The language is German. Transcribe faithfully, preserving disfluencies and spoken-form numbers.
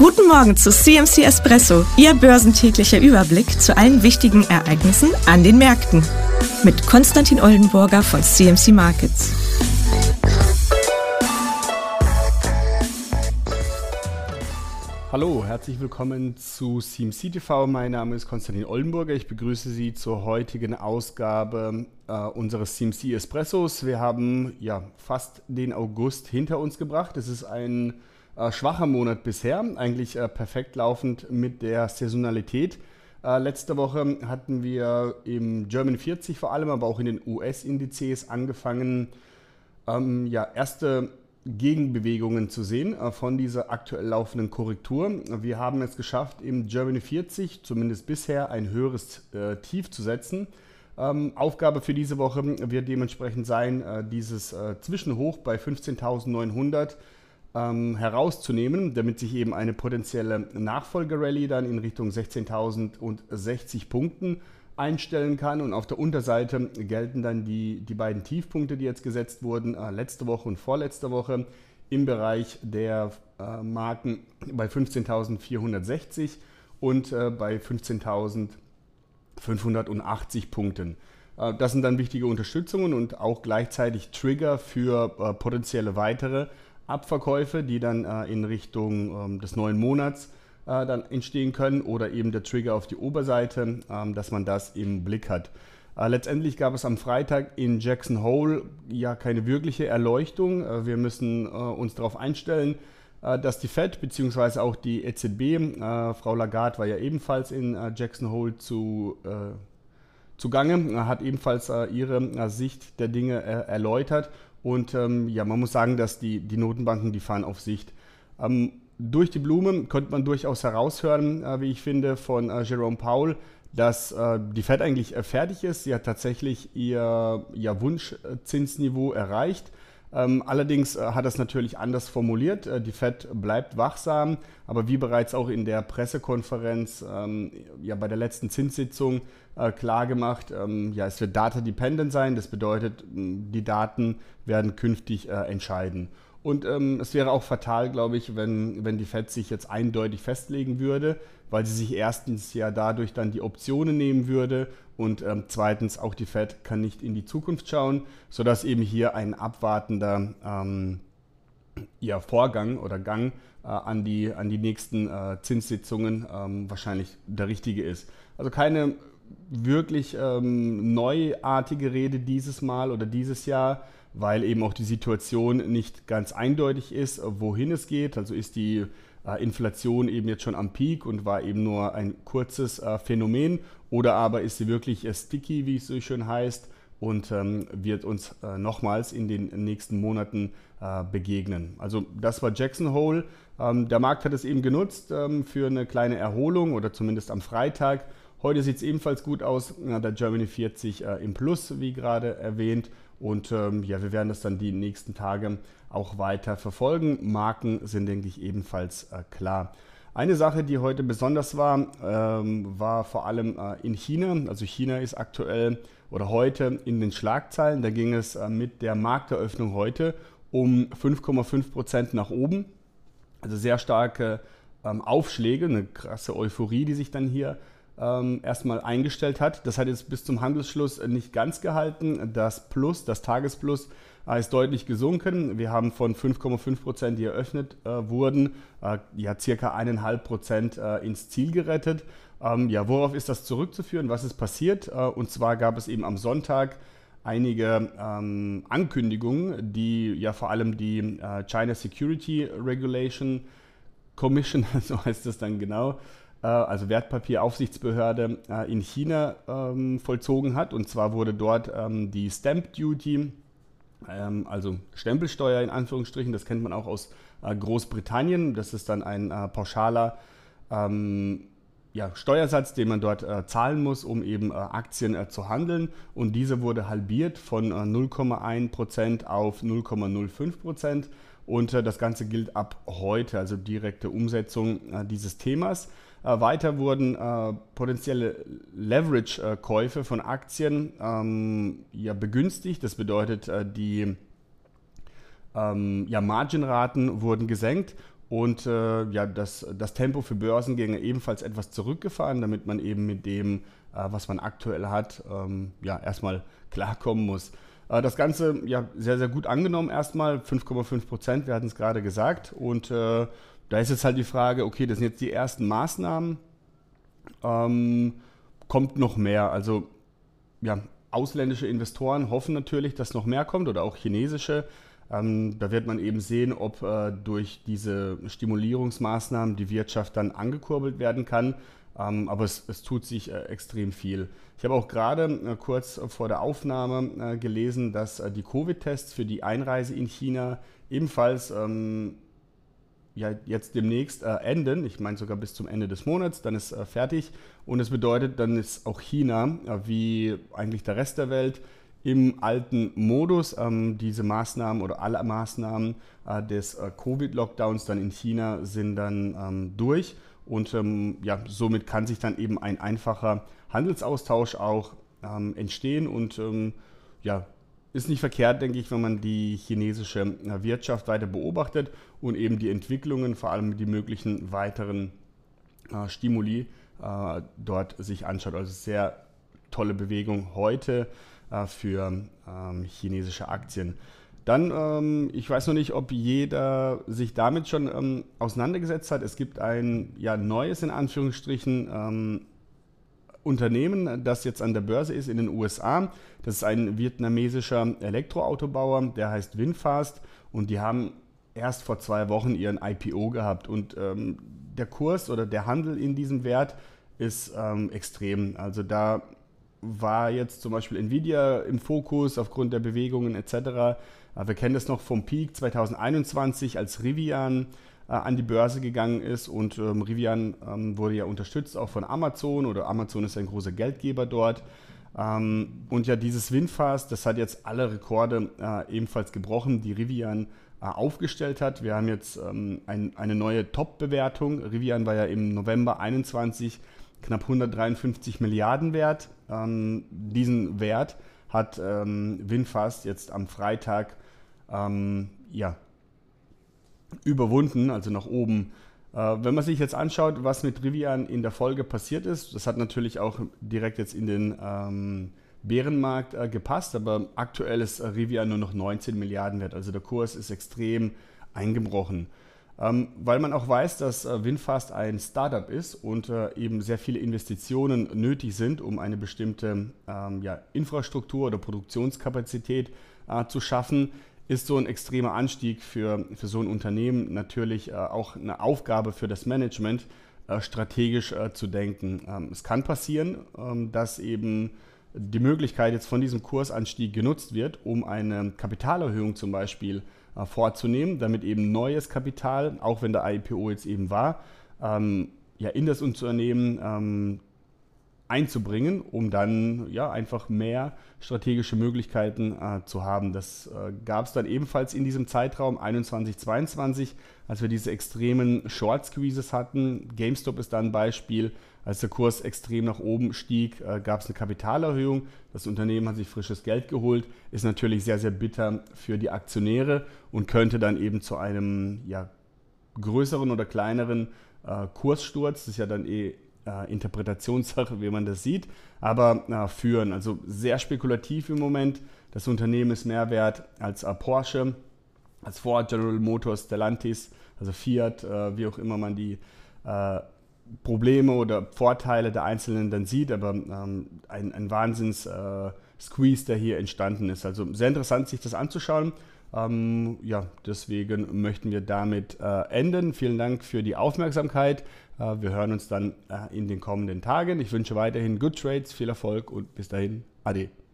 Guten Morgen zu C M C Espresso, Ihr börsentäglicher Überblick zu allen wichtigen Ereignissen an den Märkten. Mit Konstantin Oldenburger von C M C Markets. Hallo, herzlich willkommen zu C M C T V. Mein Name ist Konstantin Oldenburger. Ich begrüße Sie zur heutigen Ausgabe äh, unseres C M C Espressos. Wir haben ja fast den August hinter uns gebracht. Es ist ein äh, schwacher Monat bisher, eigentlich äh, perfekt laufend mit der Saisonalität. Äh, letzte Woche hatten wir im German vierzig vor allem, aber auch in den U S-Indizes angefangen, ähm, ja, erste Gegenbewegungen zu sehen äh, von dieser aktuell laufenden Korrektur. Wir haben es geschafft, im Germany vierzig, zumindest bisher, ein höheres äh, Tief zu setzen. Ähm, Aufgabe für diese Woche wird dementsprechend sein, äh, dieses äh, Zwischenhoch bei fünfzehntausendneunhundert ähm, herauszunehmen, damit sich eben eine potenzielle Nachfolgerallye dann in Richtung sechzehntausendsechzig Punkten einstellen kann, und auf der Unterseite gelten dann die, die beiden Tiefpunkte, die jetzt gesetzt wurden, äh, letzte Woche und vorletzte Woche im Bereich der äh, Marken bei fünfzehntausendvierhundertsechzig und äh, bei fünfzehntausendfünfhundertachtzig Punkten. Äh, das sind dann wichtige Unterstützungen und auch gleichzeitig Trigger für äh, potenzielle weitere Abverkäufe, die dann äh, in Richtung äh, des neuen Monats dann entstehen können, oder eben der Trigger auf die Oberseite, dass man das im Blick hat. Letztendlich gab es am Freitag in Jackson Hole ja keine wirkliche Erleuchtung. Wir müssen uns darauf einstellen, dass die Fed bzw. auch die E Z B, Frau Lagarde war ja ebenfalls in Jackson Hole zu, zugange, hat ebenfalls ihre Sicht der Dinge erläutert, und ja, man muss sagen, dass die, die Notenbanken, die fahren auf Sicht. Durch die Blume konnte man durchaus heraushören, äh, wie ich finde, von äh, Jerome Powell, dass äh, die Fed eigentlich äh, fertig ist. Sie hat tatsächlich ihr, ihr Wunschzinsniveau erreicht. Ähm, allerdings äh, hat es natürlich anders formuliert. Äh, die Fed bleibt wachsam, aber wie bereits auch in der Pressekonferenz ähm, ja, bei der letzten Zinssitzung äh, klar gemacht, ähm, ja, es wird data-dependent sein. Das bedeutet, die Daten werden künftig äh, entscheiden. Und ähm, es wäre auch fatal, glaube ich, wenn, wenn die Fed sich jetzt eindeutig festlegen würde, weil sie sich erstens ja dadurch dann die Optionen nehmen würde, und ähm, zweitens auch die Fed kann nicht in die Zukunft schauen, sodass eben hier ein abwartender ähm, ja, Vorgang oder Gang äh, an, die, an die nächsten äh, Zinssitzungen ähm, wahrscheinlich der richtige ist. Also keine wirklich ähm, neuartige Rede dieses Mal oder dieses Jahr, weil eben auch die Situation nicht ganz eindeutig ist, wohin es geht. Also ist die äh, Inflation eben jetzt schon am Peak und war eben nur ein kurzes äh, Phänomen, oder aber ist sie wirklich äh, sticky, wie es so schön heißt, und ähm, wird uns äh, nochmals in den nächsten Monaten äh, begegnen. Also das war Jackson Hole. Ähm, der Markt hat es eben genutzt ähm, für eine kleine Erholung, oder zumindest am Freitag. Heute sieht es ebenfalls gut aus, der Germany vierzig äh, im Plus, wie gerade erwähnt. Und ähm, ja, wir werden das dann die nächsten Tage auch weiter verfolgen. Marken sind, denke ich, ebenfalls äh, klar. Eine Sache, die heute besonders war, ähm, war vor allem äh, in China. Also China ist aktuell oder heute in den Schlagzeilen. Da ging es äh, mit der Markteröffnung heute um fünf Komma fünf Prozent nach oben. Also sehr starke ähm, Aufschläge, eine krasse Euphorie, die sich dann hier Ähm, erstmal eingestellt hat. Das hat jetzt bis zum Handelsschluss nicht ganz gehalten. Das Plus, das Tagesplus äh, ist deutlich gesunken. Wir haben von fünf Komma fünf Prozent, die eröffnet äh, wurden, äh, ja circa eins Komma fünf Prozent äh, ins Ziel gerettet. Ähm, ja, worauf ist das zurückzuführen? Was ist passiert? Äh, und zwar gab es eben am Sonntag einige ähm, Ankündigungen, die ja vor allem die äh, China Security Regulation Commission, so heißt es dann genau, also Wertpapieraufsichtsbehörde in China ähm, vollzogen hat. Und zwar wurde dort ähm, die Stamp Duty, ähm, also Stempelsteuer in Anführungsstrichen, das kennt man auch aus äh, Großbritannien. Das ist dann ein äh, pauschaler ähm, ja, Steuersatz, den man dort äh, zahlen muss, um eben äh, Aktien äh, zu handeln. Und diese wurde halbiert von äh, null Komma eins Prozent auf null Komma null fünf Prozent. Und äh, das Ganze gilt ab heute, also direkte Umsetzung äh, dieses Themas. Äh, weiter wurden äh, potenzielle Leverage-Käufe von Aktien ähm, ja, begünstigt. Das bedeutet, äh, die ähm, ja, Margenraten wurden gesenkt Und äh, ja, das, das Tempo für Börsengänge ebenfalls etwas zurückgefahren, damit man eben mit dem, äh, was man aktuell hat, ähm, ja, erstmal klarkommen muss. Äh, das Ganze ja sehr, sehr gut angenommen erstmal, fünf Komma fünf Prozent, wir hatten es gerade gesagt. Und äh, da ist jetzt halt die Frage, okay, das sind jetzt die ersten Maßnahmen, ähm, kommt noch mehr? Also ja, ausländische Investoren hoffen natürlich, dass noch mehr kommt oder auch chinesische. Ähm, da wird man eben sehen, ob äh, durch diese Stimulierungsmaßnahmen die Wirtschaft dann angekurbelt werden kann. Ähm, aber es, es tut sich äh, extrem viel. Ich habe auch gerade äh, kurz vor der Aufnahme äh, gelesen, dass äh, die Covid-Tests für die Einreise in China ebenfalls ähm, ja, jetzt demnächst äh, enden. Ich meine sogar bis zum Ende des Monats, dann ist äh, fertig. Und es bedeutet, dann ist auch China, äh, wie eigentlich der Rest der Welt, im alten Modus. Ähm, diese Maßnahmen oder alle Maßnahmen äh, des äh, Covid-Lockdowns dann in China sind dann ähm, durch. Und ähm, ja, somit kann sich dann eben ein einfacher Handelsaustausch auch ähm, entstehen. Und ähm, ja, ist nicht verkehrt, denke ich, wenn man die chinesische äh, Wirtschaft weiter beobachtet und eben die Entwicklungen, vor allem die möglichen weiteren äh, Stimuli äh, dort sich anschaut. Also sehr tolle Bewegung heute äh, für ähm, chinesische Aktien. Dann, ähm, ich weiß noch nicht, ob jeder sich damit schon ähm, auseinandergesetzt hat. Es gibt ein ja, neues, in Anführungsstrichen, ähm, Unternehmen, das jetzt an der Börse ist in den U S A. Das ist ein vietnamesischer Elektroautobauer, der heißt VinFast, und die haben erst vor zwei Wochen ihren I P O gehabt. Und ähm, der Kurs oder der Handel in diesem Wert ist ähm, extrem. Also da war jetzt zum Beispiel Nvidia im Fokus aufgrund der Bewegungen et cetera. Wir kennen das noch vom Peak zwanzig einundzwanzig, als Rivian äh, an die Börse gegangen ist, und ähm, Rivian ähm, wurde ja unterstützt auch von Amazon, oder Amazon ist ein großer Geldgeber dort. Ähm, und ja, dieses VinFast, das hat jetzt alle Rekorde äh, ebenfalls gebrochen, die Rivian äh, aufgestellt hat. Wir haben jetzt ähm, ein, eine neue Top-Bewertung. Rivian war ja im November einundzwanzig knapp hundertdreiundfünfzig Milliarden wert. Ähm, diesen Wert hat ähm, VinFast jetzt am Freitag ähm, ja, überwunden, also nach oben. Äh, wenn man sich jetzt anschaut, was mit Rivian in der Folge passiert ist, das hat natürlich auch direkt jetzt in den ähm, Bärenmarkt äh, gepasst, aber aktuell ist äh, Rivian nur noch neunzehn Milliarden wert, also der Kurs ist extrem eingebrochen. Ähm, weil man auch weiß, dass äh, VinFast ein Startup ist und äh, eben sehr viele Investitionen nötig sind, um eine bestimmte ähm, ja, Infrastruktur oder Produktionskapazität äh, zu schaffen, ist so ein extremer Anstieg für, für so ein Unternehmen natürlich äh, auch eine Aufgabe für das Management, äh, strategisch äh, zu denken. Ähm, es kann passieren, ähm, dass eben die Möglichkeit jetzt von diesem Kursanstieg genutzt wird, um eine Kapitalerhöhung zum Beispiel äh, vorzunehmen, damit eben neues Kapital, auch wenn der I P O jetzt eben war, ähm, ja, in das Unternehmen ähm, einzubringen, um dann ja einfach mehr strategische Möglichkeiten äh, zu haben. Das äh, gab es dann ebenfalls in diesem Zeitraum einundzwanzig zweiundzwanzig, als wir diese extremen Short Squeezes hatten. GameStop ist da ein Beispiel. Als der Kurs extrem nach oben stieg, äh, gab es eine Kapitalerhöhung. Das Unternehmen hat sich frisches Geld geholt, ist natürlich sehr, sehr bitter für die Aktionäre und könnte dann eben zu einem ja, größeren oder kleineren äh, Kurssturz, das ist ja dann eh äh, Interpretationssache, wie man das sieht, aber äh, führen. Also sehr spekulativ im Moment. Das Unternehmen ist mehr wert als äh, Porsche, als Ford, General Motors, Stellantis, also Fiat, äh, wie auch immer man die äh, Probleme oder Vorteile der Einzelnen dann sieht, aber ähm, ein, ein Wahnsinns-Squeeze, äh, der hier entstanden ist. Also sehr interessant, sich das anzuschauen. Ähm, ja, deswegen möchten wir damit äh, enden. Vielen Dank für die Aufmerksamkeit. Äh, wir hören uns dann äh, in den kommenden Tagen. Ich wünsche weiterhin Good Trades, viel Erfolg und bis dahin, Ade.